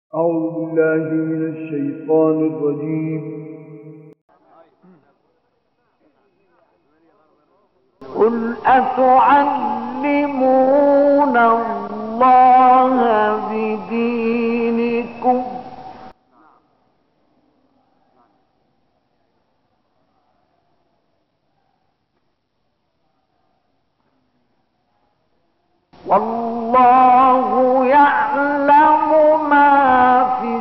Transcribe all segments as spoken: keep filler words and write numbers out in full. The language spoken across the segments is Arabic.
أعوذ بالله من الشيطان الرجيم. قل أتعلمون الله بدينكم والله يعلم ما في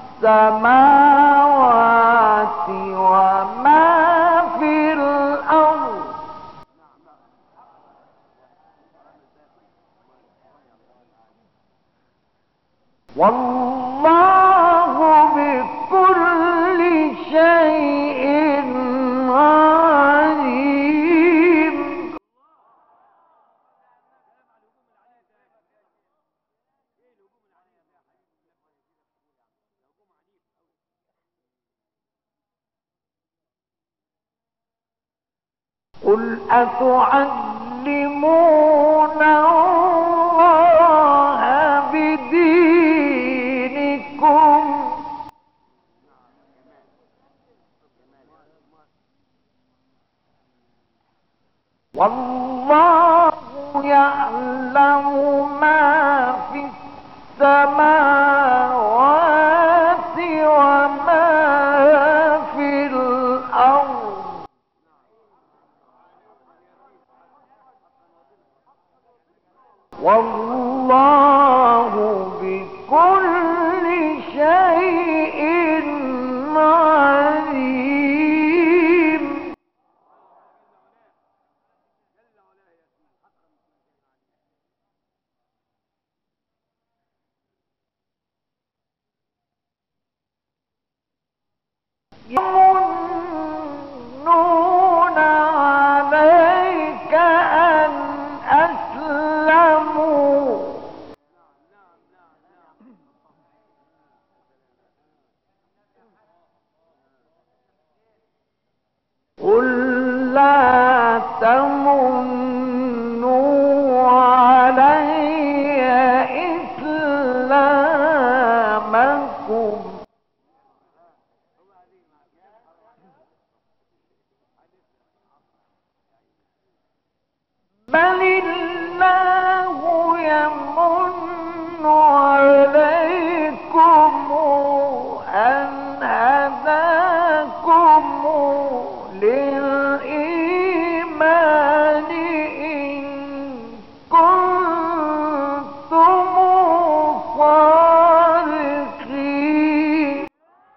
السماوات وما في الأرض والله بكل شيء عليم. قل أتعلمون الله بدينكم والله يعلم ما في السماوات وما في الأرض والله بكل شيء عليم. يمنون عليك أن أسلموا قل لا تمنوا علي إسلامكم بل الله يمن عليكم أن هداكم للإيمان إن كنتم صادقين.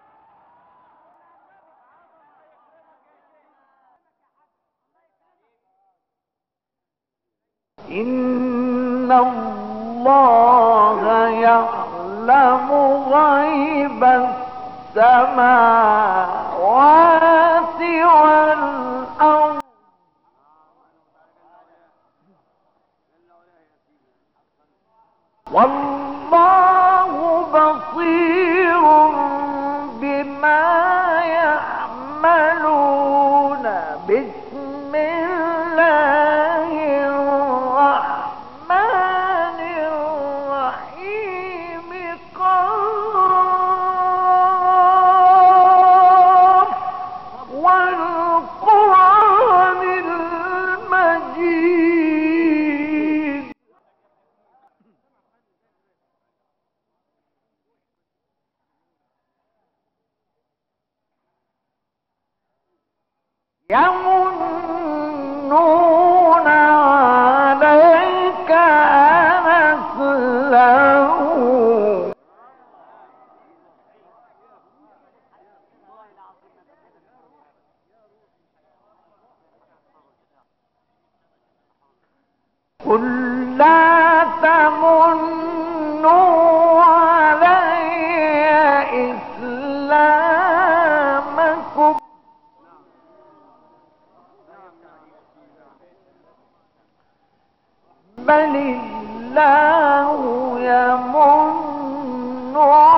إن الله يعلم غيب السماوات والأرض والله بصير بما يعملون. بسم الله الرحمن الرحيم. قاف والقرآن المجيد. يمنون عليك أن أسلموا قل لا تمنوا علي إسلامكم بل الله يمن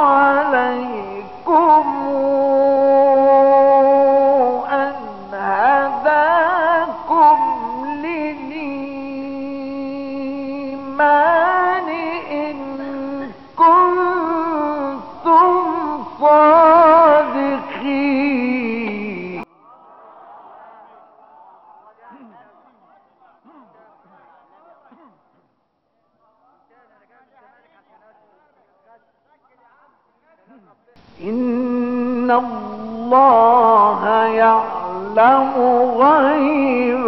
عليكم أن هداكم للإيمان إن كنتم إن الله يعلم غيب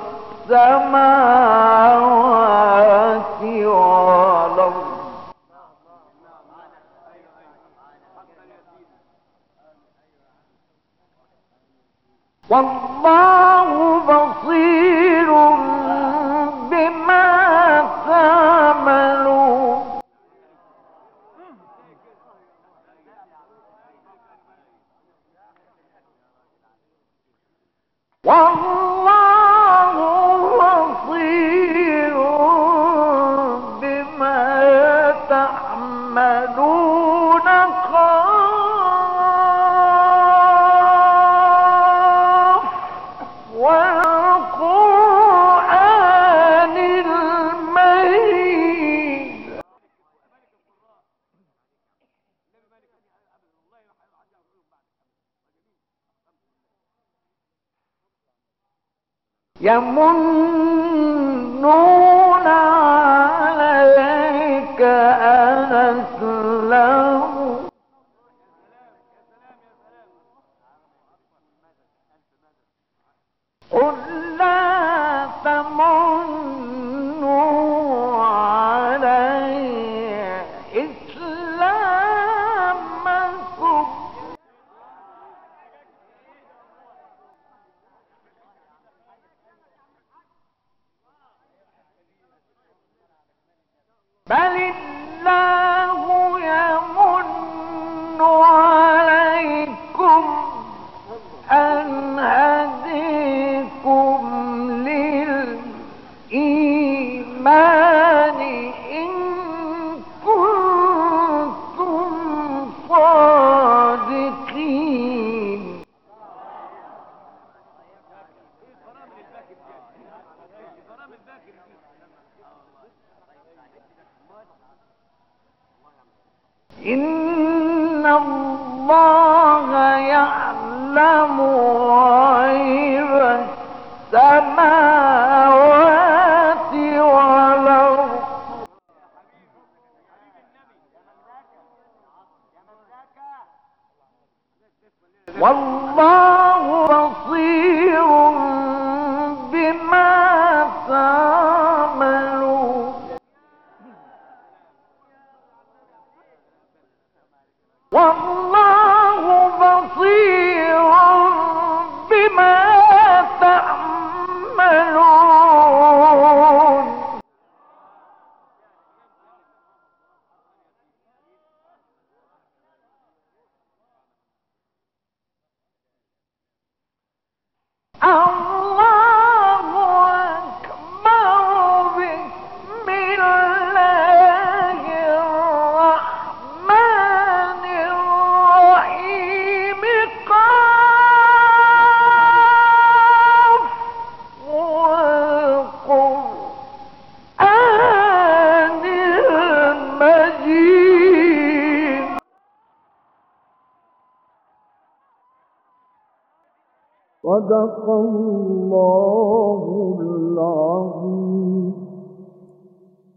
السماوات والأرض والله بصير بما تعملون والله بصير بما تعملون قاف والقرآن المجيد يمنون عليك أن أسلموا قل لا تمنوا علي إسلامكم بل الله يمن عليكم أن هديكم للإيمان إن كنتم صادقين إن الله يعلم غيب السماوات والأرض والله بصير بما تعملون والله بصير بما تعملون الله أكبر بسم الله الرحمن الرحيم قاف والقرآن المجيد صدق الله العظيم.